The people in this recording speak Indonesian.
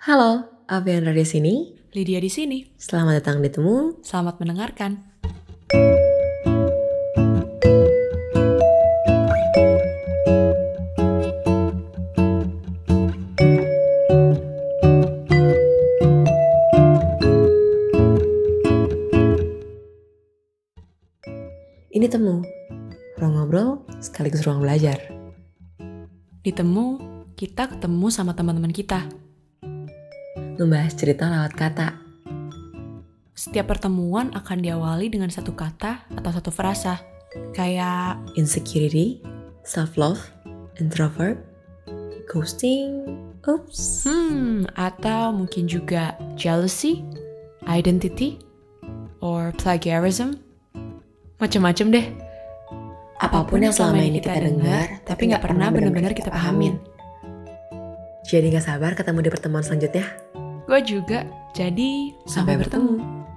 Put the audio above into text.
Halo, Aviandra di sini. Lydia di sini. Selamat datang di Temu. Selamat mendengarkan. Ini Temu, ruang ngobrol sekaligus ruang belajar. Di Temu, kita ketemu sama teman-teman kita. Membahas cerita lewat kata. Setiap pertemuan akan diawali dengan satu kata atau satu frasa. Kayak Insecurity, self-love, introvert, ghosting, oops. Atau mungkin juga jealousy, identity, or plagiarism. Macem-macem deh. Apapun yang selama ini kita dengar, tapi gak pernah benar-benar kita pahamin. Jadi gak sabar ketemu di pertemuan selanjutnya. Gue juga, jadi sampai bertemu.